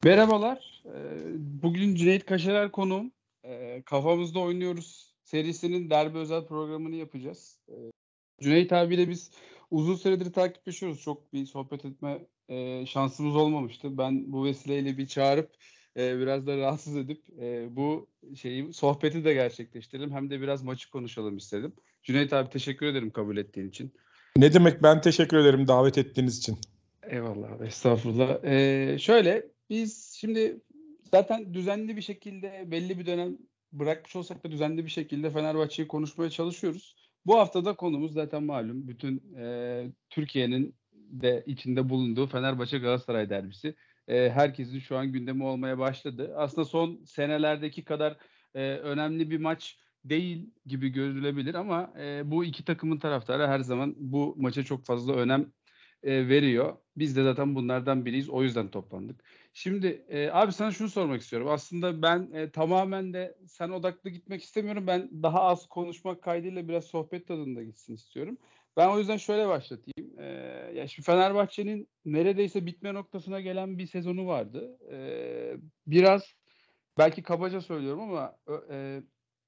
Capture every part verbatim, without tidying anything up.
Merhabalar. Ee, Bugün Cüneyt Kaşerer konuğum. Ee, Kafamızda Oynuyoruz serisinin derbi özel programını yapacağız. Ee, Cüneyt abiyle biz uzun süredir takipleşiyoruz. Çok bir sohbet etme e, şansımız olmamıştı. Ben bu vesileyle bir çağırıp e, biraz da rahatsız edip e, bu şeyi sohbeti de gerçekleştirelim. Hem de biraz maçı konuşalım istedim. Cüneyt abi teşekkür ederim kabul ettiğin için. Ne demek, ben teşekkür ederim davet ettiğiniz için. Eyvallah abi, estağfurullah. Ee, şöyle biz şimdi zaten düzenli bir şekilde belli bir dönem bırakmış olsak da düzenli bir şekilde Fenerbahçe'yi konuşmaya çalışıyoruz. Bu haftada konumuz zaten malum. Bütün e, Türkiye'nin de içinde bulunduğu Fenerbahçe Galatasaray derbisi. E, herkesin şu an gündemi olmaya başladı. Aslında son senelerdeki kadar e, önemli bir maç değil gibi görülebilir ama e, bu iki takımın taraftarı her zaman bu maça çok fazla önem e, veriyor. Biz de zaten bunlardan biriyiz. O yüzden toplandık. Şimdi e, abi sana şunu sormak istiyorum. Aslında ben e, tamamen de sen odaklı gitmek istemiyorum. Ben daha az konuşmak kaydıyla biraz sohbet tadında gitsin istiyorum. Ben o yüzden şöyle başlatayım. E, ya şimdi Fenerbahçe'nin neredeyse bitme noktasına gelen bir sezonu vardı. E, biraz belki kabaca söylüyorum ama e,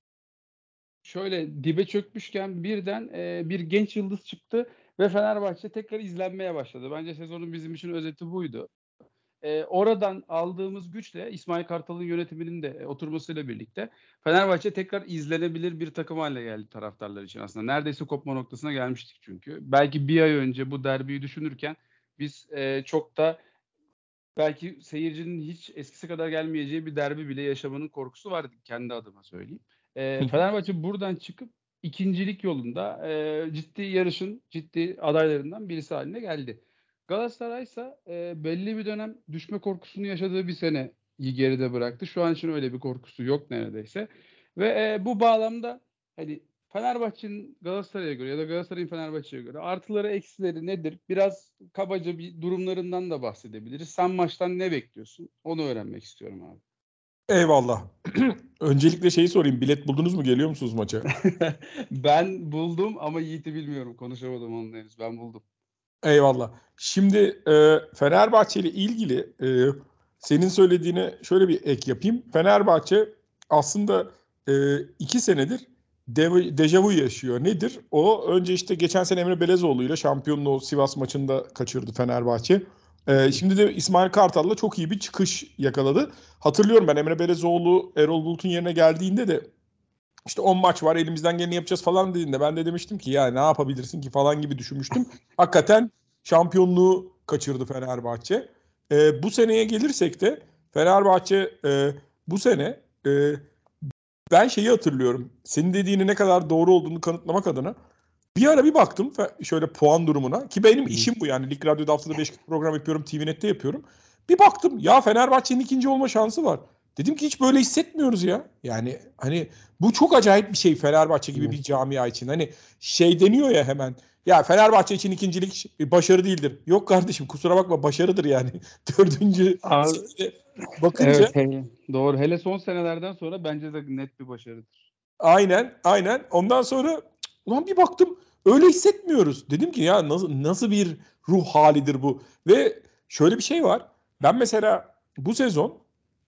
şöyle dibe çökmüşken birden e, bir genç yıldız çıktı ve Fenerbahçe tekrar izlenmeye başladı. Bence sezonun bizim için özeti buydu. E, oradan aldığımız güçle İsmail Kartal'ın yönetiminin de e, oturmasıyla birlikte Fenerbahçe tekrar izlenebilir bir takım haline geldi taraftarlar için aslında. Neredeyse kopma noktasına gelmiştik çünkü. Belki bir ay önce bu derbiyi düşünürken biz e, çok da belki seyircinin hiç eskisi kadar gelmeyeceği bir derbi bile yaşamanın korkusu vardı, kendi adıma söyleyeyim. E, Fenerbahçe buradan çıkıp ikincilik yolunda e, ciddi yarışın ciddi adaylarından birisi haline geldi. Galatasaray ise e, belli bir dönem düşme korkusunu yaşadığı bir seneyi geride bıraktı. Şu an için öyle bir korkusu yok neredeyse. Ve e, bu bağlamda hani Fenerbahçe'nin Galatasaray'a göre ya da Galatasaray'ın Fenerbahçe'ye göre artıları eksileri nedir? Biraz kabaca bir durumlarından da bahsedebiliriz. Sen maçtan ne bekliyorsun? Onu öğrenmek istiyorum abi. Eyvallah. Öncelikle şeyi sorayım. Bilet buldunuz mu? Geliyor musunuz maça? Ben buldum ama Yiğit'i bilmiyorum. Konuşamadım onunla henüz. Ben buldum. Eyvallah. Şimdi e, Fenerbahçe ile ilgili e, senin söylediğine şöyle bir ek yapayım. Fenerbahçe aslında e, iki senedir dev, dejavu yaşıyor. Nedir? O önce işte geçen sene Emre Belezoğlu ile şampiyonluğu Sivas maçında kaçırdı Fenerbahçe. E, şimdi de İsmail Kartal'la çok iyi bir çıkış yakaladı. Hatırlıyorum, ben Emre Belezoğlu Erol Bulut'un yerine geldiğinde de İşte on maç var, elimizden geleni yapacağız falan dediğinde ben de demiştim ki ya ne yapabilirsin ki falan gibi düşünmüştüm. Hakikaten şampiyonluğu kaçırdı Fenerbahçe. Ee, bu seneye gelirsek de Fenerbahçe e, bu sene e, ben şeyi hatırlıyorum. Senin dediğini ne kadar doğru olduğunu kanıtlamak adına bir ara bir baktım şöyle puan durumuna, ki benim işim bu yani, Lig Radyo'da haftada beş program yapıyorum, T V Net'te yapıyorum. Bir baktım ya Fenerbahçe'nin ikinci olma şansı var. Dedim ki hiç böyle hissetmiyoruz ya. Yani hani bu çok acayip bir şey Fenerbahçe gibi bir camia için. Hani şey deniyor ya hemen. Ya Fenerbahçe için ikincilik başarı değildir. Yok kardeşim, kusura bakma, başarıdır yani. Dördüncü Abi, bakınca. evet, hele, doğru. Hele son senelerden sonra bence de net bir başarıdır. Aynen, aynen. Ondan sonra ulan bir baktım öyle hissetmiyoruz. Dedim ki ya nasıl nasıl bir ruh halidir bu? Ve şöyle bir şey var. Ben mesela bu sezon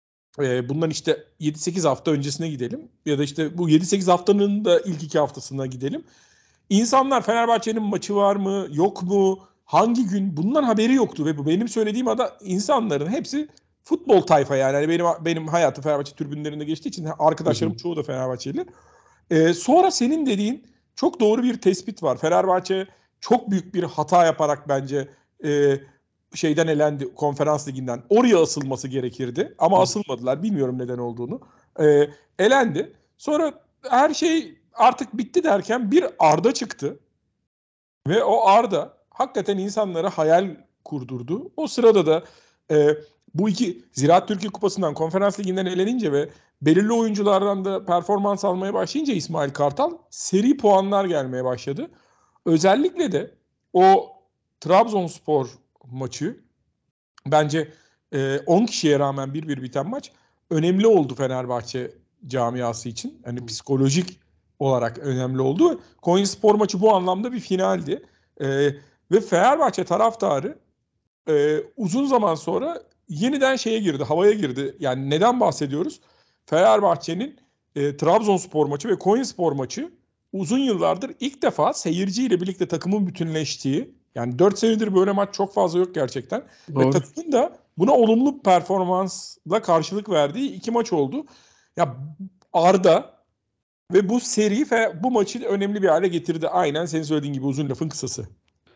e, bundan işte yedi sekiz hafta öncesine gidelim. Ya da işte bu yedi sekiz haftanın da ilk iki haftasına gidelim. İnsanlar Fenerbahçe'nin maçı var mı, yok mu, hangi gün, bundan haberi yoktu. Ve bu benim söylediğim ada insanların hepsi futbol tayfa yani. Yani benim benim hayatım Fenerbahçe tribünlerinde geçtiği için arkadaşlarım çoğu da Fenerbahçeli. Ee, sonra senin dediğin çok doğru bir tespit var. Fenerbahçe çok büyük bir hata yaparak bence e, şeyden elendi, Konferans Ligi'nden. Oraya asılması gerekirdi ama asılmadılar. Bilmiyorum neden olduğunu. E, elendi. Sonra her şey artık bitti derken bir Arda çıktı. Ve o Arda hakikaten insanlara hayal kurdurdu. O sırada da e, bu iki Ziraat Türkiye Kupası'ndan, Konferans Ligi'nden elenince ve belirli oyunculardan da performans almaya başlayınca İsmail Kartal seri puanlar gelmeye başladı. Özellikle de o Trabzonspor maçı bence e, on kişiye rağmen bir bir biten maç önemli oldu Fenerbahçe camiası için. Hani psikolojik olarak önemli oldu. Konyaspor maçı bu anlamda bir finaldi. E, ve Fenerbahçe taraftarı e, uzun zaman sonra yeniden şeye girdi, havaya girdi. Yani neden bahsediyoruz? Fenerbahçe'nin e, Trabzonspor maçı ve Konyaspor maçı uzun yıllardır ilk defa seyirciyle birlikte takımın bütünleştiği, yani dört senedir böyle maç çok fazla yok gerçekten. Ve Doğru. takımın da buna olumlu performansla karşılık verdiği iki maç oldu. Ya Arda ve bu seri fe, bu maçı önemli bir hale getirdi. Aynen senin söylediğin gibi, uzun lafın kısası.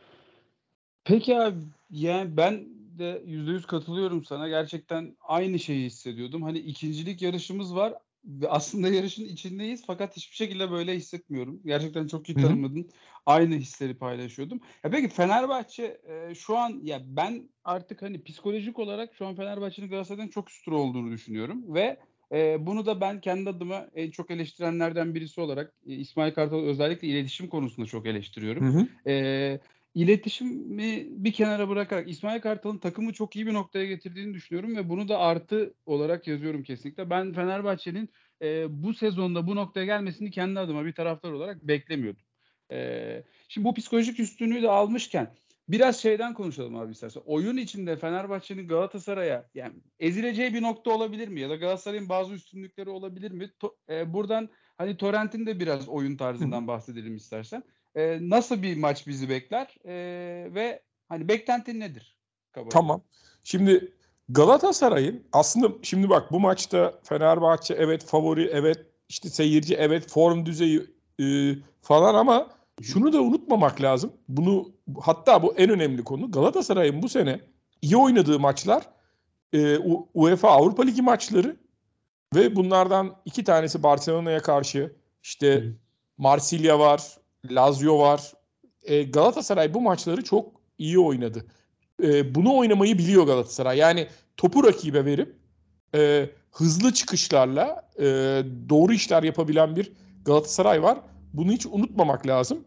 Peki abi, yani ben de yüzde yüz katılıyorum sana. Gerçekten aynı şeyi hissediyordum. Hani ikincilik yarışımız var ve aslında yarışın içindeyiz fakat hiçbir şekilde böyle hissetmiyorum. Gerçekten çok iyi Hı hı. tanımladın. Aynı hisleri paylaşıyordum. Ya peki Fenerbahçe e, şu an, ya ben artık hani psikolojik olarak şu an Fenerbahçe'nin Galatasaray'dan çok üstün olduğunu düşünüyorum ve e, bunu da ben kendi adıma en çok eleştirenlerden birisi olarak e, İsmail Kartal özellikle iletişim konusunda çok eleştiriyorum. Hı hı. E, İletişimi bir kenara bırakarak İsmail Kartal'ın takımı çok iyi bir noktaya getirdiğini düşünüyorum ve bunu da artı olarak yazıyorum kesinlikle. Ben Fenerbahçe'nin e, bu sezonda bu noktaya gelmesini kendi adıma bir taraftar olarak beklemiyordum. E, şimdi bu psikolojik üstünlüğü de almışken biraz şeyden konuşalım abi istersen. Oyun içinde Fenerbahçe'nin Galatasaray'a yani ezileceği bir nokta olabilir mi? Ya da Galatasaray'ın bazı üstünlükleri olabilir mi? To- e, buradan hani Torrent'in de biraz oyun Hı hı. tarzından bahsedelim istersen. Ee, nasıl bir maç bizi bekler? Ee, ve hani beklentin nedir kabaca? Tamam. Şimdi Galatasaray'ın aslında, şimdi bak, bu maçta Fenerbahçe evet favori, evet işte seyirci, evet form düzeyi e, falan, ama Hı hı. şunu da unutmamak lazım. Bunu, hatta bu en önemli konu. Galatasaray'ın bu sene iyi oynadığı maçlar e, U- UEFA Avrupa Ligi maçları ve bunlardan iki tanesi Barcelona'ya karşı, Hı işte hı. Marsilya var, Lazio var. E, Galatasaray bu maçları çok iyi oynadı. E, bunu oynamayı biliyor Galatasaray. Yani topu rakibe verip e, hızlı çıkışlarla e, doğru işler yapabilen bir Galatasaray var. Bunu hiç unutmamak lazım.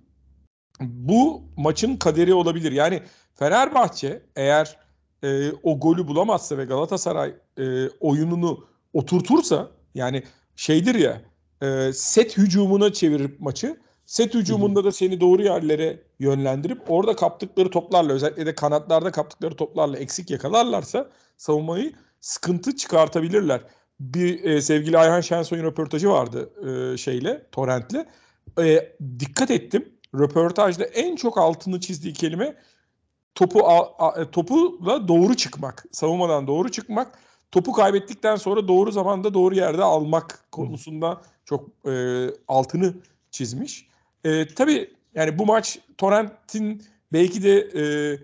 Bu maçın kaderi olabilir. Yani Fenerbahçe eğer e, o golü bulamazsa ve Galatasaray e, oyununu oturtursa, yani şeydir ya, e, set hücumuna çevirip maçı, set Hı hı. hücumunda da seni doğru yerlere yönlendirip orada kaptıkları toplarla, özellikle de kanatlarda kaptıkları toplarla eksik yakalarlarsa savunmayı sıkıntı çıkartabilirler. Bir e, sevgili Ayhan Şensoy'un röportajı vardı e, şeyle, Torrent'le. E, dikkat ettim. Röportajda en çok altını çizdiği kelime topu a, a, topuyla doğru çıkmak, savunmadan doğru çıkmak, topu kaybettikten sonra doğru zamanda doğru yerde almak Hı hı. konusunda çok e, altını çizmiş. E, tabii yani bu maç Torrent'in belki de e,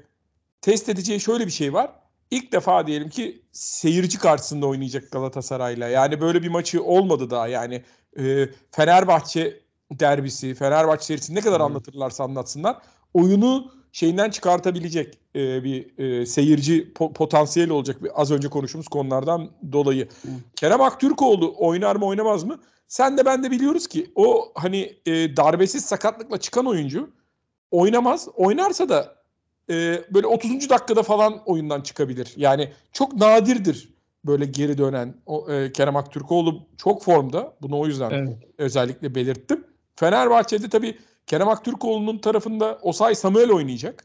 test edeceği şöyle bir şey var. İlk defa diyelim ki seyirci karşısında oynayacak Galatasaray'la. Yani böyle bir maçı olmadı daha. Yani e, Fenerbahçe derbisi, Fenerbahçe serisi ne kadar Doğru. anlatırlarsa anlatsınlar, oyunu şeyinden çıkartabilecek e, bir e, seyirci po- potansiyeli olacak. Bir, az önce konuştuğumuz konulardan dolayı. Evet. Kerem Aktürkoğlu oynar mı oynamaz mı? Sen de ben de biliyoruz ki o hani e, darbesiz sakatlıkla çıkan oyuncu oynamaz. Oynarsa da e, böyle otuzuncu dakikada falan oyundan çıkabilir. Yani çok nadirdir böyle geri dönen. O, e, Kerem Aktürkoğlu çok formda. Bunu o yüzden Evet. özellikle belirttim. Fenerbahçe'de tabii Kerem Aktürkoğlu'nun tarafında Osay Samuel oynayacak.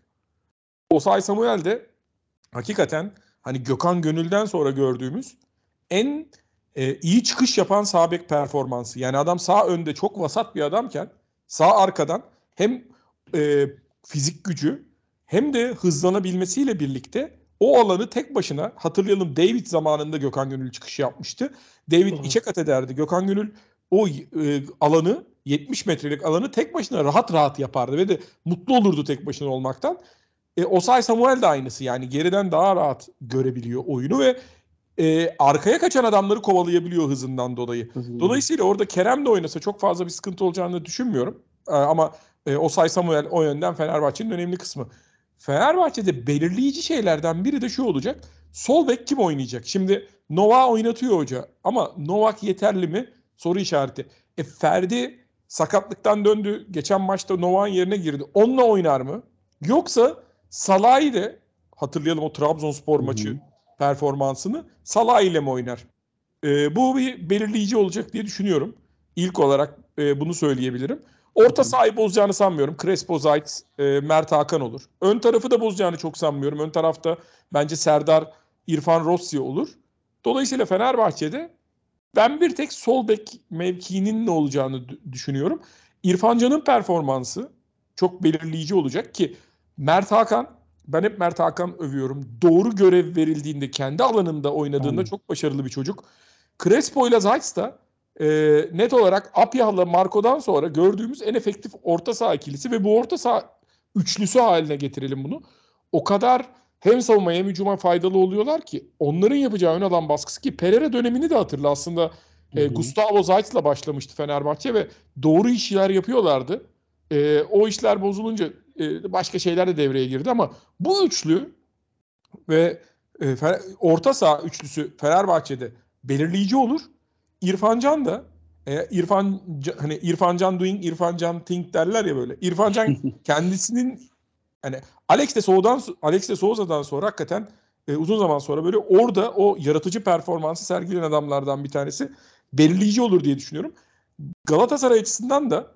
Osay Samuel de hakikaten hani Gökhan Gönül'den sonra gördüğümüz en e, iyi çıkış yapan sağ bek performansı. Yani adam sağ önde çok vasat bir adamken sağ arkadan hem e, fizik gücü hem de hızlanabilmesiyle birlikte o alanı tek başına, hatırlayalım, David zamanında Gökhan Gönül çıkışı yapmıştı. David Doğru. içe kat ederdi. Gökhan Gönül o e, alanı, yetmiş metrelik alanı tek başına rahat rahat yapardı ve de mutlu olurdu tek başına olmaktan. E, Osay Samuel de aynısı, yani geriden daha rahat görebiliyor oyunu ve e, arkaya kaçan adamları kovalayabiliyor hızından dolayı. Hızlı. Dolayısıyla orada Kerem de oynasa çok fazla bir sıkıntı olacağını düşünmüyorum. E, ama e, Osay Samuel o yönden Fenerbahçe'nin önemli kısmı. Fenerbahçe'de belirleyici şeylerden biri de şu olacak. Sol bek kim oynayacak? Şimdi Novak oynatıyor hoca ama Novak yeterli mi? Soru işareti. E, Ferdi sakatlıktan döndü. Geçen maçta Novak'ın yerine girdi. Onunla oynar mı? Yoksa Salah'ı da, hatırlayalım o Trabzonspor Hı maçı hı. performansını, Salah ile mi oynar? E, bu bir belirleyici olacak diye düşünüyorum. İlk olarak e, bunu söyleyebilirim. Hı Orta hı. sahayı bozacağını sanmıyorum. Crespo, Zayt, e, Mert Hakan olur. Ön tarafı da bozacağını çok sanmıyorum. Ön tarafta bence Serdar İrfan Rossi olur. Dolayısıyla Fenerbahçe'de ben bir tek sol bek mevkiinin ne olacağını düşünüyorum. İrfan Can'ın performansı çok belirleyici olacak ki Mert Hakan, ben hep Mert Hakan övüyorum. Doğru görev verildiğinde, kendi alanında oynadığında Aynen. çok başarılı bir çocuk. Crespo ile Zayt da e, net olarak Apyah'la Marco'dan sonra gördüğümüz en efektif orta saha ikilisi ve bu orta saha üçlüsü haline getirelim bunu. O kadar hem savunmaya hem hücuma faydalı oluyorlar ki onların yapacağı ön alan baskısı ki Pereira dönemini de hatırla aslında e, Gustavo Zayt'la başlamıştı Fenerbahçe ve doğru işler yapıyorlardı. E, o işler bozulunca e, başka şeyler de devreye girdi ama bu üçlü ve e, orta saha üçlüsü Fenerbahçe'de belirleyici olur. İrfan Can da e, İrfan hani İrfan Can doing, İrfan Can think derler ya böyle. İrfan Can kendisinin hani Alex de Souza'dan Alex de Souza'dan sonra hakikaten e, uzun zaman sonra böyle orada o yaratıcı performansı sergileyen adamlardan bir tanesi belirleyici olur diye düşünüyorum. Galatasaray açısından da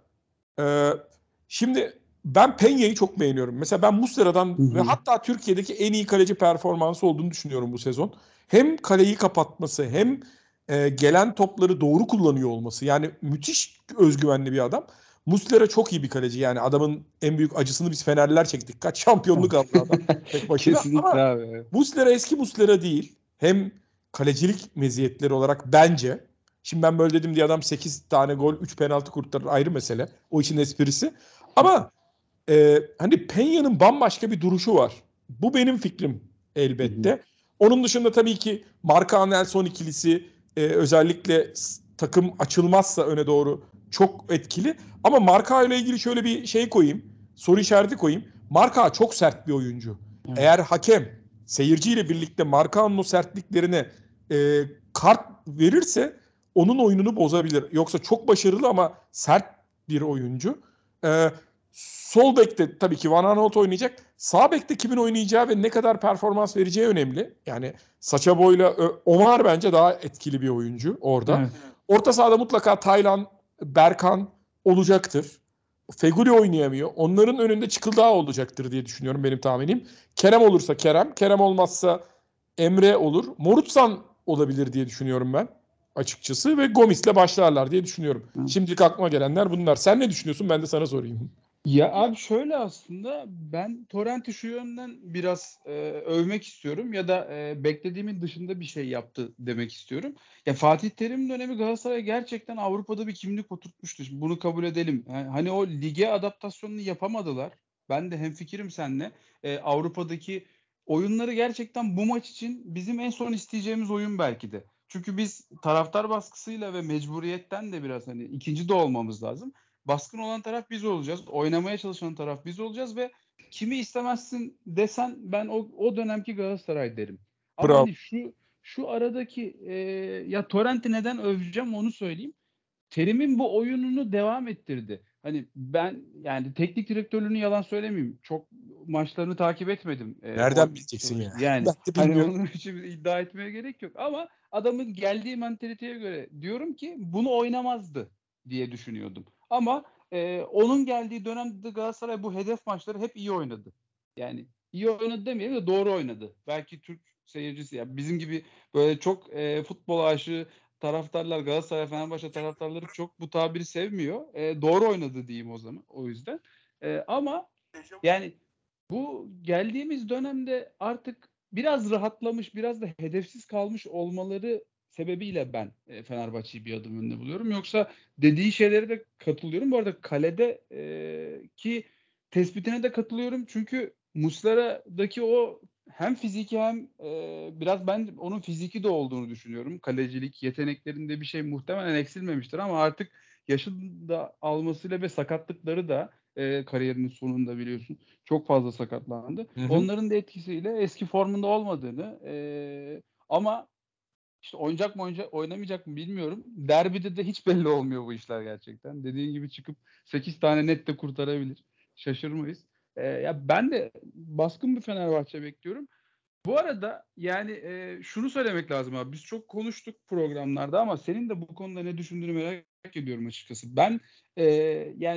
e, şimdi ben Peña'yı çok beğeniyorum. Mesela ben Muslera'dan ve hatta Türkiye'deki en iyi kaleci performansı olduğunu düşünüyorum bu sezon. Hem kaleyi kapatması hem e, gelen topları doğru kullanıyor olması. Yani müthiş özgüvenli bir adam. Muslera çok iyi bir kaleci. Yani adamın en büyük acısını biz Fenerliler çektik. Kaç şampiyonluk aldı adam tek başına. Kesinlikle Ama abi. Muslera eski Muslera değil. Hem kalecilik meziyetleri olarak bence. Şimdi ben böyle dedim diye adam sekiz tane gol, üç penaltı kurtarır, ayrı mesele. O işin esprisi. Ama e, hani Peña'nın bambaşka bir duruşu var. Bu benim fikrim elbette. Onun dışında tabii ki Marka Nelson ikilisi e, özellikle takım açılmazsa öne doğru çok etkili. Ama Marka ile ilgili şöyle bir şey koyayım. Soru işareti koyayım. Marka çok sert bir oyuncu. Evet. Eğer hakem seyirciyle birlikte Marka'nın o sertliklerine e, kart verirse onun oyununu bozabilir. Yoksa çok başarılı ama sert bir oyuncu. E, sol bekte tabii ki Van Aanholt oynayacak. Sağ bekte kimin oynayacağı ve ne kadar performans vereceği önemli. Yani Sacha Boey'la Omar bence daha etkili bir oyuncu orada. Evet. Orta sahada mutlaka Taylan, Berkan olacaktır. Feguli oynayamıyor. Onların önünde Çıkıldağ olacaktır diye düşünüyorum benim tahminim. Kerem olursa Kerem, Kerem olmazsa Emre olur. Morutsan olabilir diye düşünüyorum ben açıkçası ve Gomis'le başlarlar diye düşünüyorum. Evet. Şimdilik aklıma gelenler bunlar. Sen ne düşünüyorsun? Ben de sana sorayım. Ya abi şöyle aslında ben Torrent'i şu yönden biraz e, övmek istiyorum ya da e, beklediğimin dışında bir şey yaptı demek istiyorum. Ya Fatih Terim dönemi Galatasaray gerçekten Avrupa'da bir kimlik oturtmuştu. Şimdi bunu kabul edelim. Yani hani o lige adaptasyonunu yapamadılar. Ben de hemfikirim seninle. E, Avrupa'daki oyunları gerçekten bu maç için bizim en son isteyeceğimiz oyun belki de. Çünkü biz taraftar baskısıyla ve mecburiyetten de biraz hani ikinci de olmamız lazım. Baskın olan taraf biz olacağız. Oynamaya çalışan taraf biz olacağız ve kimi istemezsin desen ben o, o dönemki Galatasaray derim. Ama Bravo. hani şu şu aradaki e, ya Torrent'i neden öveceğim onu söyleyeyim. Terim'in bu oyununu devam ettirdi. Hani ben yani teknik direktörlüğünü yalan söylemeyeyim. Çok maçlarını takip etmedim. E, Nereden o bileceksin ya? yani Ben de hani bilmiyorum. onun için iddia etmeye gerek yok ama adamın geldiği mantaliteye göre diyorum ki bunu oynamazdı diye düşünüyordum. Ama e, onun geldiği dönemde Galatasaray bu hedef maçları hep iyi oynadı. Yani iyi oynadı demeyelim de doğru oynadı. Belki Türk seyircisi ya yani bizim gibi böyle çok e, futbol aşığı taraftarlar Galatasaray Fenerbahçe taraftarları çok bu tabiri sevmiyor. E, doğru oynadı diyeyim o zaman o yüzden. E, ama yani bu geldiğimiz dönemde artık biraz rahatlamış, biraz da hedefsiz kalmış olmaları sebebiyle ben e, Fenerbahçe'yi bir adım önünde buluyorum. Yoksa dediği şeylere de katılıyorum. Bu arada kalede e, ki tespitine de katılıyorum. Çünkü Muslera'daki o hem fiziki hem e, biraz ben onun fiziki de olduğunu düşünüyorum. Kalecilik yeteneklerinde bir şey muhtemelen eksilmemiştir ama artık yaşın da almasıyla ve sakatlıkları da e, kariyerinin sonunda biliyorsun çok fazla sakatlandı. Hı hı. Onların da etkisiyle eski formunda olmadığını e, ama işte oynayacak mı oynayacak, oynamayacak mı bilmiyorum. Derbide de hiç belli olmuyor bu işler gerçekten. Dediğin gibi çıkıp sekiz tane net de kurtarabilir. Şaşırmayız. E, ya ben de baskın bir Fenerbahçe bekliyorum. Bu arada yani e, şunu söylemek lazım abi. Biz çok konuştuk programlarda ama senin de bu konuda ne düşündüğünü merak ediyorum açıkçası. Ben e, yani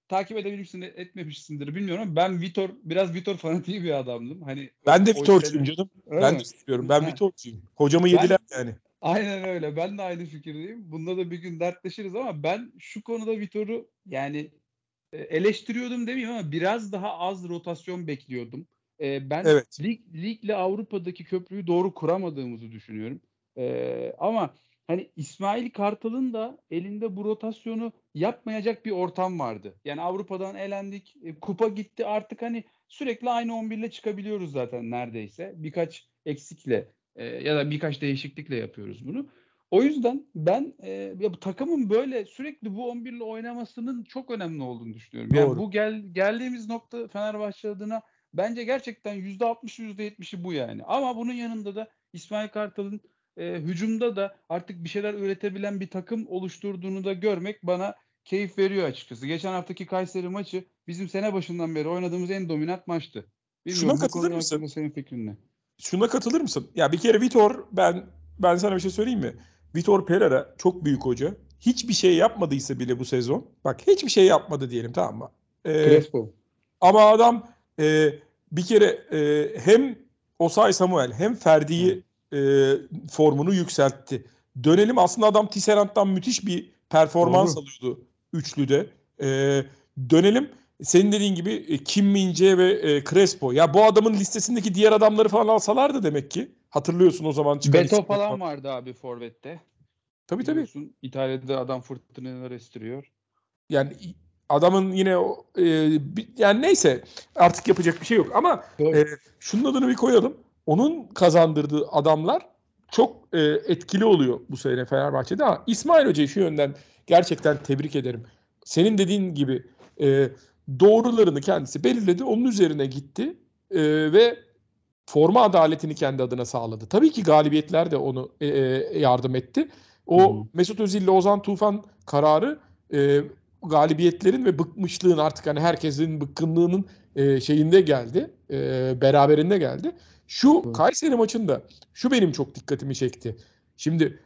takip edebilmişsin etmemişsindir bilmiyorum ama ben Vitor biraz Vitor fanatiği bir adamdım. Hani Ben de o Vitor'cuyum sene canım. öyle Ben de mi? istiyorum. Ben Ha, Vitor'cuyum. Hocamı yediler ben yani. aynen öyle. Ben de aynı fikirdeyim. Bunda da bir gün dertleşiriz ama ben şu konuda Vitor'u yani e, eleştiriyordum demeyeyim ama biraz daha az rotasyon bekliyordum. E, ben Evet. lig, ligle Avrupa'daki köprüyü doğru kuramadığımızı düşünüyorum. E, ama hani İsmail Kartal'ın da elinde bu rotasyonu yapmayacak bir ortam vardı. Yani Avrupa'dan elendik, e, kupa gitti artık hani sürekli aynı on bir ile çıkabiliyoruz zaten neredeyse. Birkaç eksikle e, ya da birkaç değişiklikle yapıyoruz bunu. O yüzden ben e, ya bu takımın böyle sürekli bu on bir ile oynamasının çok önemli olduğunu düşünüyorum. Yani Doğru. bu gel geldiğimiz nokta Fenerbahçe adına bence gerçekten yüzde altmış yüzde yetmişi bu yani. Ama bunun yanında da İsmail Kartal'ın e, hücumda da artık bir şeyler üretebilen bir takım oluşturduğunu da görmek bana keyif veriyor açıkçası. Geçen haftaki Kayseri maçı bizim sene başından beri oynadığımız en dominant maçtı. Şuna Bilmiyorum bu katılır konu mısın? hakkında senin fikrin ne? Şuna katılır mısın? Ya bir kere Vitor, ben ben sana bir şey söyleyeyim mi? Vitor Pereira çok büyük hoca. Hiçbir şey yapmadıysa bile bu sezon. Bak hiçbir şey yapmadı diyelim, tamam mı? Ee, Crespo. ama adam e, bir kere e, hem Osay Samuel hem Evet. Ferdi'yi e, formunu yükseltti. Dönelim, aslında adam Tisserand'dan müthiş bir performans Doğru. alıyordu üçlüde. E, dönelim senin dediğin gibi e, Kim Min-jae ve e, Crespo. Ya bu adamın listesindeki diğer adamları falan alsalardı demek ki. Hatırlıyorsun o zaman çıkan Beto isimleri falan. falan vardı abi forvette. Tabii tabii. Biliyorsun İtalya'da adam fırtınalar estiriyor. Yani adamın yine o, e, bir- yani neyse, artık yapacak bir şey yok ama Doğru. e, şunun adını bir koyalım. Onun kazandırdığı adamlar çok e, etkili oluyor bu sene Fenerbahçe'de, ama İsmail Hoca'yı şu yönden gerçekten tebrik ederim. Senin dediğin gibi e, doğrularını kendisi belirledi, onun üzerine gitti e, ve forma adaletini kendi adına sağladı. Tabii ki galibiyetler de onu e, e, yardım etti. Hı O hı. Mesut Özil ile Ozan Tufan kararı e, galibiyetlerin ve bıkmışlığın, artık hani herkesin bıkkınlığının e, şeyinde geldi. E, beraberinde geldi. Şu Doğru. Kayseri maçında şu benim çok dikkatimi çekti. Şimdi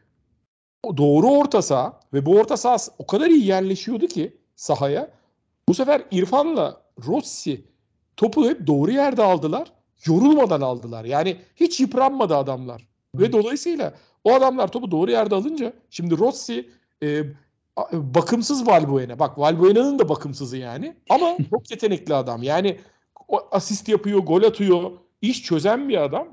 o doğru orta saha ve bu orta saha o kadar iyi yerleşiyordu ki sahaya. Bu sefer İrfan'la Rossi topu hep doğru yerde aldılar. Yorulmadan aldılar. Yani hiç yıpranmadı adamlar. Ve dolayısıyla o adamlar topu doğru yerde alınca, şimdi Rossi e, bakımsız Valbuena. Bak Valbuena'nın da bakımsızı yani. Ama çok yetenekli adam. Yani o asist yapıyor, gol atıyor. İş çözen bir adam.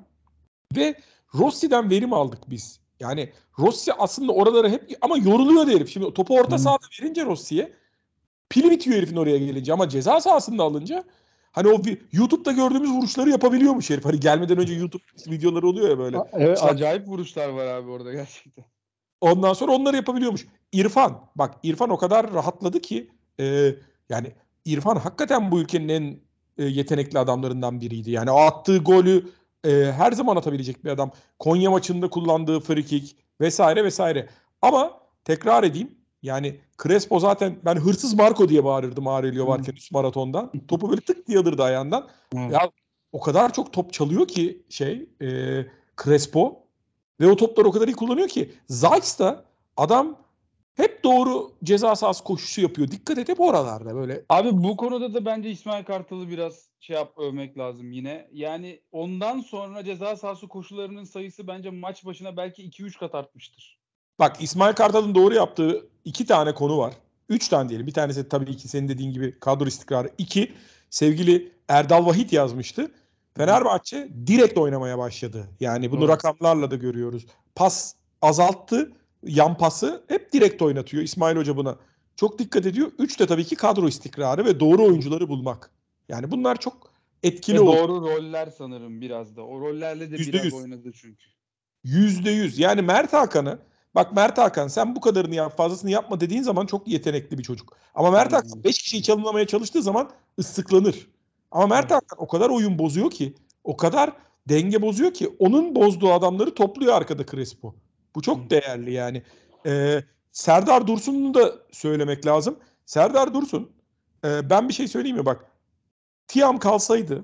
Ve Rossi'den verim aldık biz. Yani Rossi aslında oraları hep, ama yoruluyor herif. Şimdi topu orta Aynen. sahada verince Rossi'ye pili bitiyor herifin oraya gelince, ama ceza sahasında alınca hani o bir YouTube'da gördüğümüz vuruşları yapabiliyormuş herif. Hani gelmeden önce YouTube videoları oluyor ya böyle. A- Evet, İşte acayip vuruşlar var abi orada gerçekten. ondan sonra onları yapabiliyormuş. İrfan, bak İrfan o kadar rahatladı ki e, yani İrfan hakikaten bu ülkenin en e, yetenekli adamlarından biriydi. Yani o attığı golü e, her zaman atabilecek bir adam. Konya maçında kullandığı free kick vesaire vesaire. Ama tekrar edeyim, yani Crespo zaten, ben hırsız Marco diye bağırırdım Aurelio Hı. varken üst maratondan. Topu böyle tık diye alırdı ayağından. Evet. Ya o kadar çok top çalıyor ki şey e, Crespo. Ve o topları o kadar iyi kullanıyor ki. Zayt da, adam hep doğru ceza sahası koşusu yapıyor. Dikkat et, hep oralarda böyle. Abi bu konuda da bence İsmail Kartal'ı biraz şey yap övmek lazım yine. Yani ondan sonra ceza sahası koşularının sayısı bence maç başına belki iki üç kat artmıştır. Bak İsmail Kartal'ın doğru yaptığı iki tane konu var. Üç tane diyelim. Bir tanesi tabii ki senin dediğin gibi kadro istikrarı. İki, sevgili Erdal Vahit yazmıştı. Hı hı. Fenerbahçe direkt oynamaya başladı. Yani bunu Doğru. rakamlarla da görüyoruz. Pas azalttı. Yan pası hep direkt oynatıyor. İsmail Hoca buna çok dikkat ediyor. Üç de tabii ki kadro istikrarı ve doğru oyuncuları bulmak. Yani bunlar çok etkili Ve oldu. doğru roller sanırım biraz da. O rollerle de Yüzde biraz yüz. oynadı çünkü. Yüzde yüz. Yani Mert Hakan'ı, bak Mert Hakan sen bu kadarını yap, fazlasını yapma dediğin zaman çok yetenekli bir çocuk. Ama Mert Aynen Hakan öyle. beş kişiyi çalımlamaya çalıştığı zaman ıslıklanır. Ama Mert Evet. Hakan o kadar oyun bozuyor ki, o kadar denge bozuyor ki, onun bozduğu adamları topluyor arkada Crespo. Bu Hı. çok değerli yani. Ee, Serdar Dursun'u da söylemek lazım. Serdar Dursun, e, ben bir şey söyleyeyim mi bak. Tiam kalsaydı,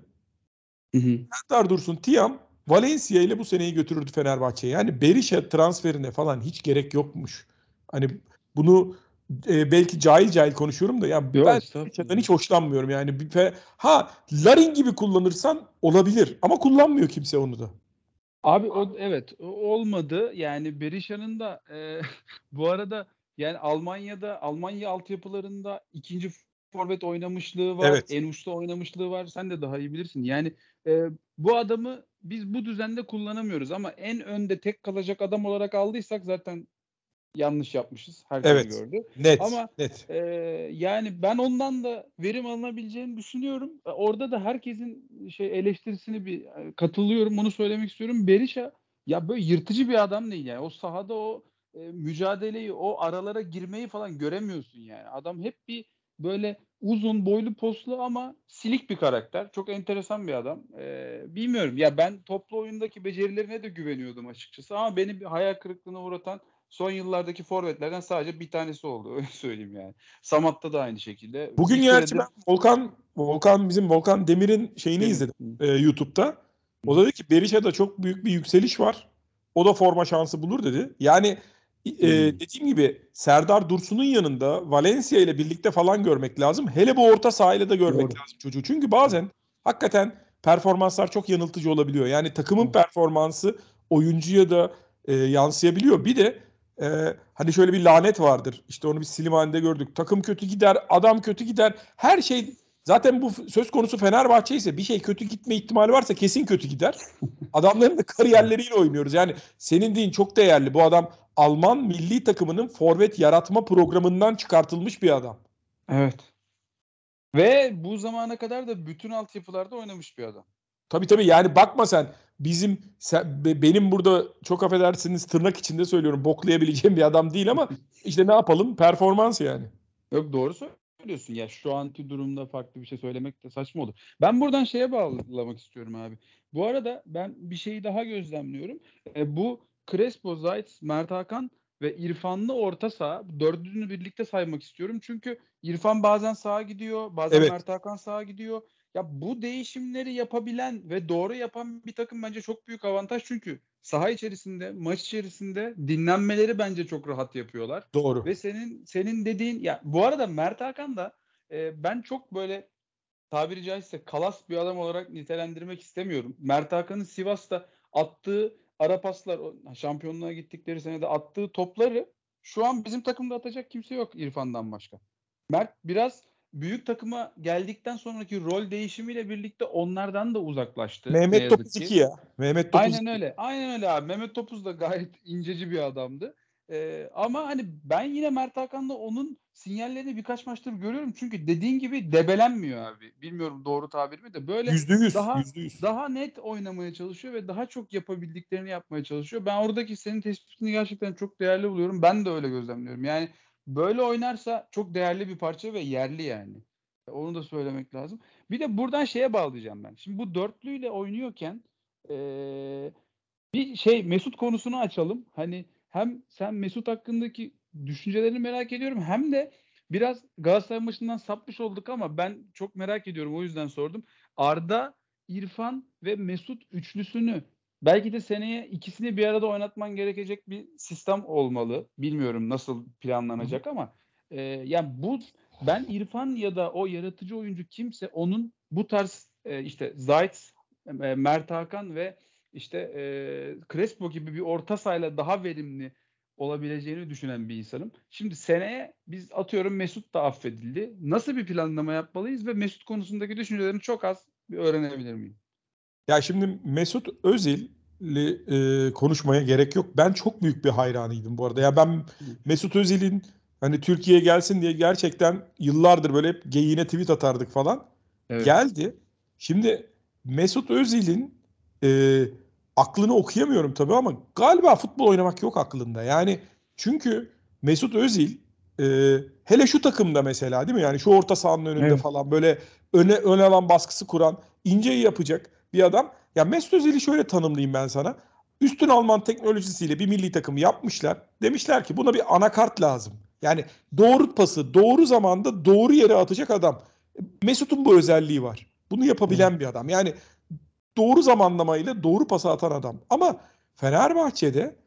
Hı hı. Serdar Dursun, Tiam Valencia ile bu seneyi götürürdü Fenerbahçe'ye. Yani Berisha transferine falan hiç gerek yokmuş. Hani bunu e, belki cahil cahil konuşuyorum da ya Yok ben Berisha'dan estağfurullah. hiç hoşlanmıyorum yani. Bir fe- ha Larin gibi kullanırsan olabilir ama kullanmıyor kimse onu da. Abi o evet o olmadı. Yani Berisha'nın da e, bu arada yani Almanya'da Almanya altyapılarında ikinci forvet oynamışlığı var. Evet. En uçta oynamışlığı var. Sen de daha iyi bilirsin. Yani e, bu adamı biz bu düzende kullanamıyoruz ama en önde tek kalacak adam olarak aldıysak zaten yanlış yapmışız. Herkes Evet. gördü. Net. Ama Net. e, yani ben ondan da verim alınabileceğini düşünüyorum. E, Orada da herkesin şey eleştirisini bir e, katılıyorum. Onu söylemek istiyorum. Berisha ya böyle yırtıcı bir adam değil yani. O sahada o e, mücadeleyi, o aralara girmeyi falan göremiyorsun yani. Adam hep bir böyle uzun, boylu, poslu ama silik bir karakter. Çok enteresan bir adam. E, bilmiyorum. Ya ben toplu oyundaki becerilerine de güveniyordum açıkçası ama beni bir hayal kırıklığına uğratan son yıllardaki forvetlerden sadece bir tanesi oldu. Öyle söyleyeyim yani. Samat'ta da aynı şekilde. Bugün Bir gerçi süredir ben Volkan Volkan bizim Volkan Demir'in şeyini Demir. izledim Hı. e, YouTube'da. Hı. O da dedi ki Berisha'da çok büyük bir yükseliş var. O da forma şansı bulur dedi. Yani e, Hı. dediğim gibi Serdar Dursun'un yanında Valencia ile birlikte falan görmek lazım. Hele bu orta sahayla da görmek Doğru. lazım çocuğu. Çünkü bazen hakikaten performanslar çok yanıltıcı olabiliyor. Yani takımın Hı. performansı oyuncuya da e, yansıyabiliyor. Bir de e, hani şöyle bir lanet vardır. İşte onu bir Slimani'de gördük. Takım kötü gider, adam kötü gider. Her şey zaten bu f- söz konusu Fenerbahçe ise bir şey kötü gitme ihtimali varsa kesin kötü gider. Adamların da kariyerleriyle oynuyoruz. Yani senin deyin çok değerli. Bu adam Alman milli takımının forvet yaratma programından çıkartılmış bir adam. Evet. Ve bu zamana kadar da bütün altyapılarda oynamış bir adam. Tabii tabii yani bakma sen bizim sen- be- benim burada çok affedersiniz tırnak içinde söylüyorum boklayabileceğim bir adam değil ama işte ne yapalım performans yani. Yok doğru söylüyorsun. Ya şu anki durumda farklı bir şey söylemek de saçma olur. Ben buradan şeye bağlamak istiyorum abi. Bu arada ben bir şeyi daha gözlemliyorum. E, bu Crespo, Zayt, Mert Hakan ve İrfanlı orta saha dördünü birlikte saymak istiyorum. Çünkü İrfan bazen sağa gidiyor, bazen Evet. Mert Hakan sağa gidiyor. Ya bu değişimleri yapabilen ve doğru yapan bir takım bence çok büyük avantaj. Çünkü saha içerisinde, maç içerisinde dinlenmeleri bence çok rahat yapıyorlar. Doğru. Ve senin senin dediğin ya bu arada Mert Hakan da e, ben çok böyle tabiri caizse kalas bir adam olarak nitelendirmek istemiyorum. Mert Hakan'ın Sivas'ta attığı ara paslar, o şampiyonluğa gittikleri senede attığı topları şu an bizim takımda atacak kimse yok İrfan'dan başka. Mert biraz büyük takıma geldikten sonraki rol değişimiyle birlikte onlardan da uzaklaştı ne Mehmet yazık Topuz iki ki. ya. Mehmet Topuz Aynen iki. öyle. Aynen öyle abi. Mehmet Topuz da gayet inceci bir adamdı. Ee, ama hani ben yine Mert Hakan'da onun sinyallerini birkaç maçtır görüyorum. Çünkü dediğin gibi debelenmiyor abi. Bilmiyorum doğru tabir mi de böyle Yüzde yüz. daha Yüzde yüz. daha net oynamaya çalışıyor ve daha çok yapabildiklerini yapmaya çalışıyor. Ben oradaki senin tespitini gerçekten çok değerli buluyorum. Ben de öyle gözlemliyorum. Yani böyle oynarsa çok değerli bir parça ve yerli yani. Onu da söylemek lazım. Bir de buradan şeye bağlayacağım ben. Şimdi bu dörtlüyle oynuyorken ee, bir şey Mesut konusunu açalım. Hani hem sen Mesut hakkındaki düşüncelerini merak ediyorum hem de biraz Galatasaray maçından sapmış olduk ama ben çok merak ediyorum o yüzden sordum. Arda, İrfan ve Mesut üçlüsünü belki de seneye ikisini bir arada oynatman gerekecek bir sistem olmalı. Bilmiyorum nasıl Hı hı. planlanacak ama e, yani bu ben İrfan ya da o yaratıcı oyuncu kimse onun bu tarz e, işte Zayt, e, Mert Hakan ve işte e, Crespo gibi bir orta sahayla daha verimli olabileceğini düşünen bir insanım. Şimdi seneye biz atıyorum Mesut da affedildi. Nasıl bir planlama yapmalıyız ve Mesut konusundaki düşüncelerini çok az bir öğrenebilir miyim? Ya şimdi Mesut Özil'i e, konuşmaya gerek yok. Ben çok büyük bir hayranıydım bu arada. Ya ben Hı. Mesut Özil'in hani Türkiye'ye gelsin diye gerçekten yıllardır böyle hep geyiğine tweet atardık falan. Evet. Geldi. Şimdi Mesut Özil'in e, aklını okuyamıyorum tabii ama galiba futbol oynamak yok aklında. Yani çünkü Mesut Özil e, hele şu takımda mesela değil mi? Yani şu orta sahanın önünde Evet. falan böyle öne ön alan baskısı kuran, inceyi yapacak bir adam. Ya Mesut Özil'i şöyle tanımlayayım ben sana. Üstün Alman teknolojisiyle bir milli takım yapmışlar. Demişler ki buna bir anakart lazım. Yani doğru pası doğru zamanda doğru yere atacak adam. Mesut'un bu özelliği var. Bunu Evet. yapabilen bir adam. Yani doğru zamanlamayla doğru pası atan adam. Ama Fenerbahçe'de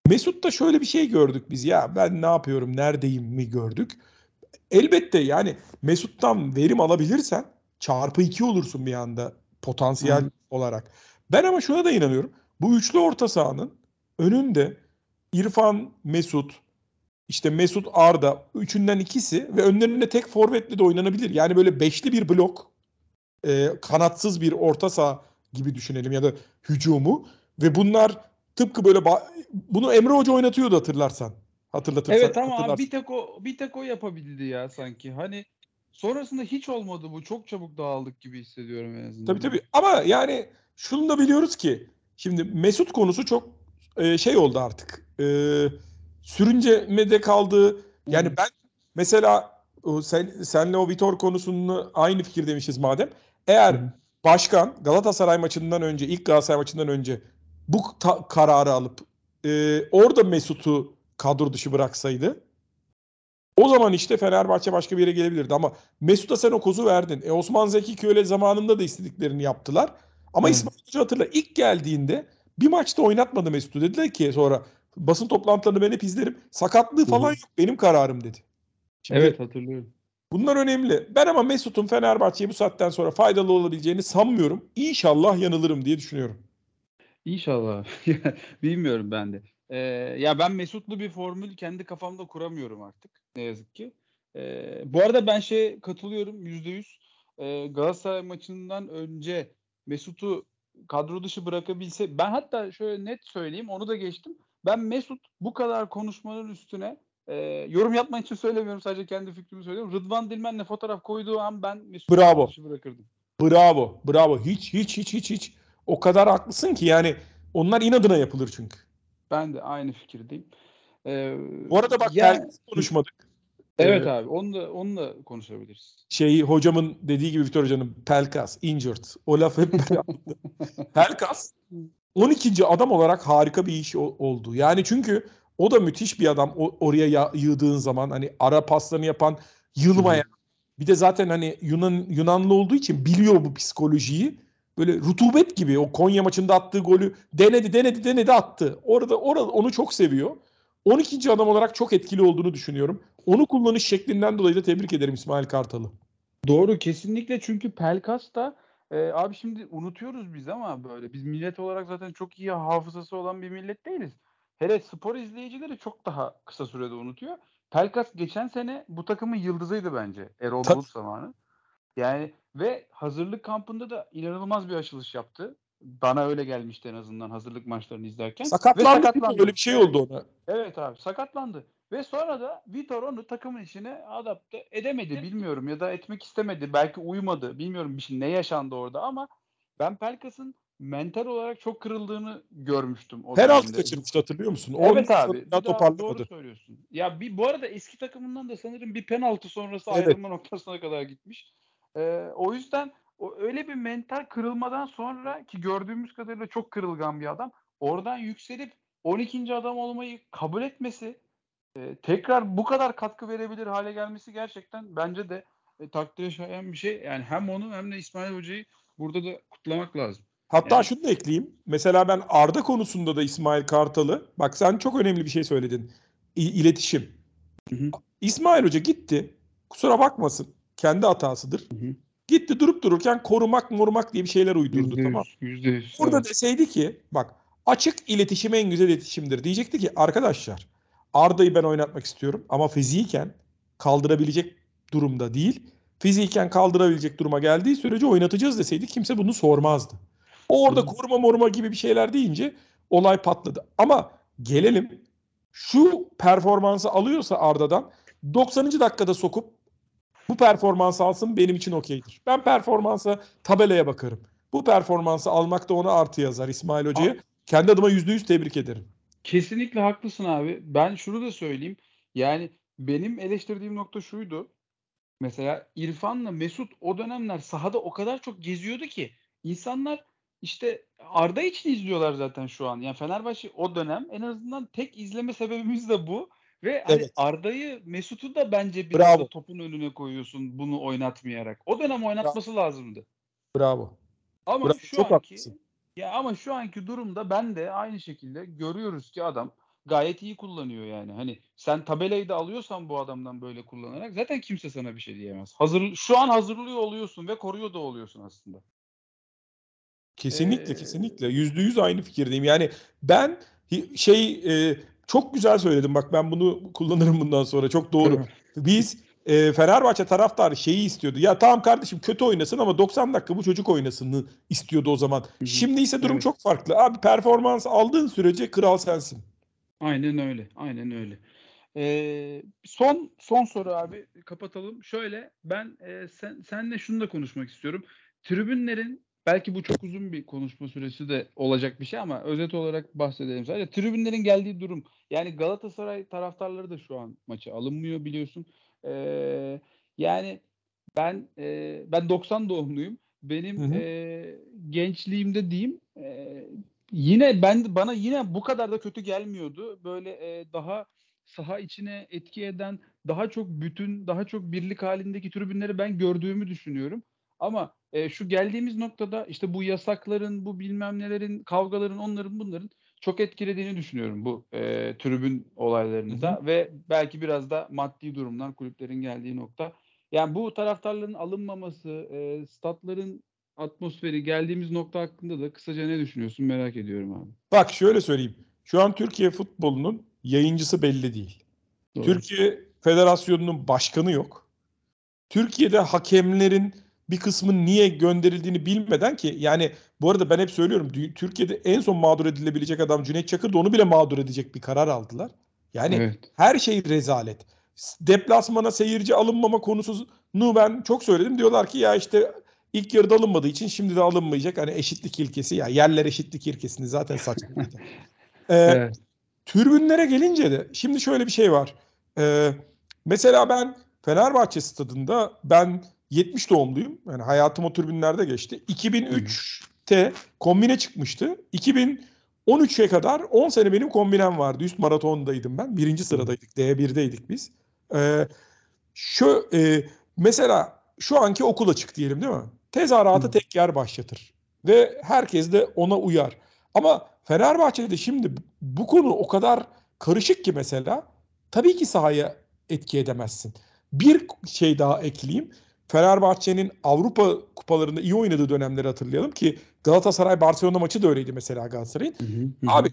Mesut'ta şöyle bir şey gördük biz, ya ben ne yapıyorum, neredeyim mi gördük. Elbette yani Mesut'tan verim alabilirsen çarpı iki olursun bir anda potansiyel Aynen. olarak. Ben ama şuna da inanıyorum. Bu üçlü orta sahanın önünde İrfan, Mesut, işte Mesut, Arda, üçünden ikisi ve önlerinde tek forvetle de oynanabilir. Yani böyle beşli bir blok, e, kanatsız bir orta saha gibi düşünelim ya da hücumu, ve bunlar tıpkı böyle ba- bunu Emre Hoca oynatıyordu, hatırlarsan. Hatırlatırsan Evet ama abi bir hatırlarsın. tek o bir tek o yapabildi ya sanki. Hani sonrasında hiç olmadı bu. Çok çabuk dağıldık gibi hissediyorum en Tabii azından ben. tabii, ama yani şunu da biliyoruz ki şimdi Mesut konusu çok e, şey oldu artık. E, sürüncemede kaldı. Yani Evet. ben mesela o sen, senle o Vitor konusunu aynı fikir demişiz madem. Hı Eğer hı. başkan Galatasaray maçından önce, ilk Galatasaray maçından önce bu ta- kararı alıp e, orada Mesut'u kadro dışı bıraksaydı, o zaman işte Fenerbahçe başka bir yere gelebilirdi, ama Mesut'a sen o kozu verdin. E Osman Zeki Köle zamanında da istediklerini yaptılar. Ama Evet. İsmail Hoca hatırla, ilk geldiğinde bir maçta oynatmadı Mesut'u. Dediler ki sonra, basın toplantılarını ben hep izlerim, sakatlığı Hı falan hı. yok, benim kararım dedi. Şimdi Evet hatırlıyorum. bunlar önemli. Ben ama Mesut'un Fenerbahçe'ye bu saatten sonra faydalı olabileceğini sanmıyorum. İnşallah yanılırım diye düşünüyorum. İnşallah. Bilmiyorum ben de. Eee, ya ben Mesut'lu bir formül kendi kafamda kuramıyorum artık ne yazık ki. Eee, bu arada ben şeye katılıyorum yüzde yüz. Eee, Galatasaray maçından önce Mesut'u kadro dışı bırakabilse ben hatta şöyle net söyleyeyim onu da geçtim. Ben Mesut bu kadar konuşmanın üstüne eee, yorum yapmak için söylemiyorum sadece kendi fikrimi söylüyorum. Rıdvan Dilmen'le fotoğraf koyduğu an ben Mesut'u kadro Bravo. dışı bırakırdım. Bravo. Bravo. Hiç hiç hiç hiç hiç. O kadar haklısın ki yani, onlar inadına yapılır çünkü. Ben de aynı fikirdeyim. Eee, Bu arada bak, yani Pelkas konuşmadık. Evet Ee, abi, onu da onunla konuşabiliriz. şeyi hocamın dediği gibi, Vitor Hoca'nın, Pelkas, injured. O laf hep böyle. Pelkas on ikinci adam olarak harika bir iş o- oldu. Yani çünkü o da müthiş bir adam. O, oraya ya- yığdığın zaman hani ara paslarını yapan, Hı hı. yılmayan. Bir de zaten hani Yunan Yunanlı olduğu için biliyor bu psikolojiyi. Böyle rutubet gibi o Konya maçında attığı golü denedi denedi denedi attı. Orada orada onu çok seviyor. on ikinci adam olarak çok etkili olduğunu düşünüyorum. Onu kullanış şeklinden dolayı da tebrik ederim İsmail Kartal'ı. Doğru, kesinlikle çünkü Pelkas da, eee, abi şimdi unutuyoruz biz ama böyle, biz millet olarak zaten çok iyi hafızası olan bir millet değiliz. Hele spor izleyicileri çok daha kısa sürede unutuyor. Pelkas geçen sene bu takımın yıldızıydı bence Erol Tabii. Bulut zamanı. Yani ve hazırlık kampında da inanılmaz bir açılış yaptı. Bana öyle gelmişti en azından hazırlık maçlarını izlerken ve Sakatlandı değil mi? Öyle sakatlandı. bir şey Evet. oldu ona. Evet abi, sakatlandı ve sonra da Vitor onu takımın içine adapte edemedi. Bilmiyorum ya da etmek istemedi. Belki uymadı. Bilmiyorum bir şey ne yaşandı orada ama ben Pelkas'ın mental olarak çok kırıldığını görmüştüm o Penaltı dönemde. kaçırmıştı, hatırlıyor musun? Ondan Evet sonra abi, daha bir daha doğru toparlamadı. söylüyorsun. Ya bir bu arada eski takımından da sanırım bir penaltı sonrası Evet. ayrılma noktasına kadar gitmiş. Eee, o yüzden o öyle bir mental kırılmadan sonra ki gördüğümüz kadarıyla çok kırılgan bir adam. Oradan yükselip on ikinci adam olmayı kabul etmesi, eee, tekrar bu kadar katkı verebilir hale gelmesi gerçekten bence de, eee, takdire şayan bir şey. Yani hem onu hem de İsmail Hoca'yı burada da kutlamak lazım. Hatta Yani. şunu da ekleyeyim. Mesela ben Arda konusunda da İsmail Kartal'ı, bak sen çok önemli bir şey söyledin. İ- iletişim. Hı hı. İsmail Hoca gitti. Kusura bakmasın. Kendi hatasıdır. Hı hı. Gitti durup dururken korumak morumak diye bir şeyler uydurdu, tamam. yüzde yüz, yüzde yüz Burada evet. deseydi ki bak, açık iletişim en güzel iletişimdir. Diyecekti ki arkadaşlar, Arda'yı ben oynatmak istiyorum ama fiziken kaldırabilecek durumda değil. Fiziken kaldırabilecek duruma geldiği sürece oynatacağız deseydi kimse bunu sormazdı. O orada Doğru. koruma moruma gibi bir şeyler deyince olay patladı. Ama gelelim, şu performansı alıyorsa Arda'dan doksanıncı dakikada sokup bu performansı alsın, benim için okeydir. Ben performansa, tabelaya bakarım. Bu performansı almak da ona artı yazar İsmail A Hoca'yı. Kendi adıma yüzde yüz tebrik ederim. Kesinlikle haklısın abi. Ben şunu da söyleyeyim, yani benim eleştirdiğim nokta şuydu. Mesela İrfan'la Mesut o dönemler sahada o kadar çok geziyordu ki insanlar, işte, Arda için izliyorlar zaten şu an. Yani Fenerbahçe o dönem en azından tek izleme sebebimiz de bu ve hani Evet. Arda'yı, Mesut'u da bence biraz da Bravo. topun önüne koyuyorsun bunu oynatmayarak. O dönem Bravo. oynatması lazımdı. Bravo. Ama Bravo. şu Çok anki haklısın. ya ama şu anki durumda ben de aynı şekilde görüyoruz ki adam, gayet iyi kullanıyor yani. Hani sen tabelayı da alıyorsan bu adamdan böyle kullanarak zaten kimse sana bir şey diyemez. Hazır şu an hazırlıyor oluyorsun ve koruyor da oluyorsun aslında. Kesinlikle, kesinlikle. Eee yüzde yüz aynı fikirdeyim. Yani ben hi şey, eee, çok güzel söyledin bak ben bunu kullanırım bundan sonra. Çok doğru. Biz, eee, Fenerbahçe taraftarı şeyi istiyordu. Ya tamam kardeşim kötü oynasın ama doksan dakika bu çocuk oynasını istiyordu o zaman. Hı hı. Şimdi ise durum Evet. çok farklı. Abi performans aldığın sürece kral sensin. Aynen öyle, aynen öyle. Eee, son son soru abi, kapatalım. Şöyle, ben, eee, sen seninle şunu da konuşmak istiyorum. Tribünlerin belki bu çok uzun bir konuşma süresi de olacak bir şey ama özet olarak bahsedelim sadece. Tribünlerin geldiği durum. Yani Galatasaray taraftarları da şu an maça alınmıyor biliyorsun. Eee, yani ben, eee, ben doksan doğumluyum. Hı Benim, hı. eee, gençliğimde diyeyim, eee, yine ben bana yine bu kadar da kötü gelmiyordu. Böyle, eee, daha saha içine etki eden, daha çok bütün, daha çok birlik halindeki tribünleri ben gördüğümü düşünüyorum. Ama, eee, şu geldiğimiz noktada, işte, bu yasakların, bu bilmem nelerin, kavgaların, onların bunların çok etkilediğini düşünüyorum bu, eee, tribün Hı olaylarını hı. da ve belki biraz da maddi durumlar, kulüplerin geldiği nokta. Yani, bu taraftarların alınmaması, eee, statların atmosferi, geldiğimiz nokta hakkında da kısaca ne düşünüyorsun merak ediyorum abi. Bak şöyle söyleyeyim. Şu an Türkiye futbolunun yayıncısı belli değil. Doğru. Türkiye Federasyonu'nun başkanı yok. Türkiye'de hakemlerin bir kısmının niye gönderildiğini bilmeden ki yani bu arada ben hep söylüyorum dü- Türkiye'de en son mağdur edilebilecek adam Cüneyt Çakır'dı onu bile mağdur edecek bir karar aldılar. Yani Evet. her şey rezalet. S- Deplasmana seyirci alınmama konusunu ben çok söyledim. Diyorlar ki ya işte ilk yarıda alınmadığı için şimdi de alınmayacak. Hani eşitlik ilkesi ya yerler eşitlik ilkesini zaten saçmalıydı. Ee, Evet. Tribünlere gelince de şimdi şöyle bir şey var. Ee, mesela ben Fenerbahçe stadında ben yetmiş doğumluyum. Yani hayatım o tribünlerde geçti. Hı hı. iki bin üçte kombine çıkmıştı. iki bin on üçe kadar on sene benim kombinem vardı. Üst maratondaydım ben. Birinci Hı hı. sıradaydık. D birdeydik biz. Ee, şu e, mesela şu anki okul açık diyelim değil mi? Hı Tezahüratı hı. tek yer başlatır. Ve herkes de ona uyar. Ama Fenerbahçe'de şimdi bu konu o kadar karışık ki mesela tabii ki sahaya etki edemezsin. Bir şey daha ekleyeyim. Fenerbahçe'nin Avrupa kupalarında iyi oynadığı dönemleri hatırlayalım ki Galatasaray Barcelona maçı da öyleydi mesela Galatasaray'ın. Hı hı. Hı Abi hı.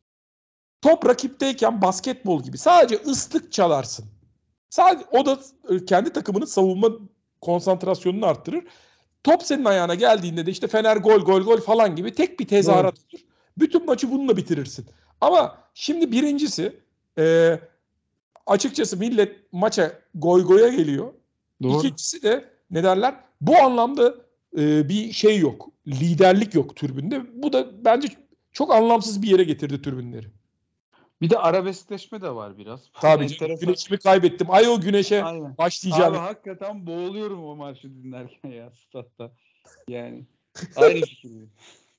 top rakipteyken basketbol gibi sadece ıslık çalarsın. Sadece o da e, kendi takımının savunma konsantrasyonunu arttırır. Top senin ayağına geldiğinde de işte Fener gol gol gol falan gibi tek bir Doğru. tezahürat olur. Bütün maçı bununla bitirirsin. Ama şimdi birincisi e, açıkçası millet maça goy goya geliyor. Doğru. İkincisi de ne derler? Bu anlamda e, bir şey yok. Liderlik yok tribünde. Bu da bence çok anlamsız bir yere getirdi tribünleri. Bir de arabeskleşme de var biraz. Tabii canım. Enteresan. Güneşimi kaybettim. Ay o güneşe Aynen. başlayacağım. Abi hakikaten boğuluyorum o marşı dinlerken ya statta. Yani aynı fikirdeyim.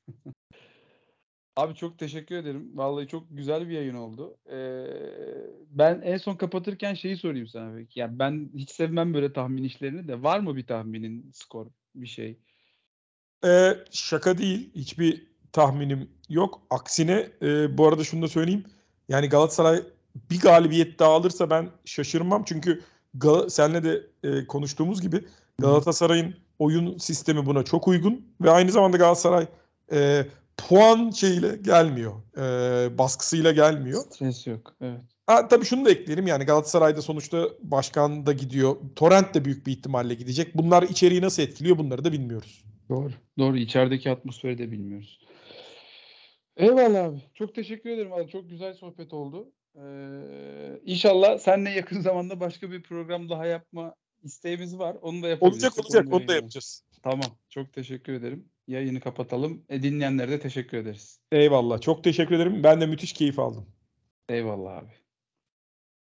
Abi çok teşekkür ederim. Vallahi çok güzel bir yayın oldu. Eee, ben en son kapatırken şeyi sorayım sana peki. Ya ben hiç sevmem böyle tahmin işlerini de. Var mı bir tahminin, skor, bir şey? Ee, şaka değil. Hiçbir tahminim yok. Aksine e, bu arada şunu da söyleyeyim. Yani Galatasaray bir galibiyet daha alırsa ben şaşırmam. Çünkü Gal- seninle de e, konuştuğumuz gibi Hı hı. Galatasaray'ın oyun sistemi buna çok uygun. Ve aynı zamanda Galatasaray e, puan şeyiyle gelmiyor. E, baskısıyla gelmiyor. Stres yok. Evet. Ha, tabii şunu da ekleyelim yani Galatasaray'da sonuçta başkan da gidiyor. Torrent de büyük bir ihtimalle gidecek. Bunlar içeriği nasıl etkiliyor bunları da bilmiyoruz. Doğru. Doğru. İçerideki atmosferi de bilmiyoruz. Eyvallah abi. Çok teşekkür ederim abi. Çok güzel sohbet oldu. Ee, inşallah seninle yakın zamanda başka bir program daha yapma isteğimiz var. Onu da Olacak yapabilirsek olacak onu da onu da yayınlarız. yapacağız. Tamam. Çok teşekkür ederim. Yayını kapatalım. E, dinleyenlere de teşekkür ederiz. Eyvallah. Çok teşekkür ederim. Ben de müthiş keyif aldım. Eyvallah abi.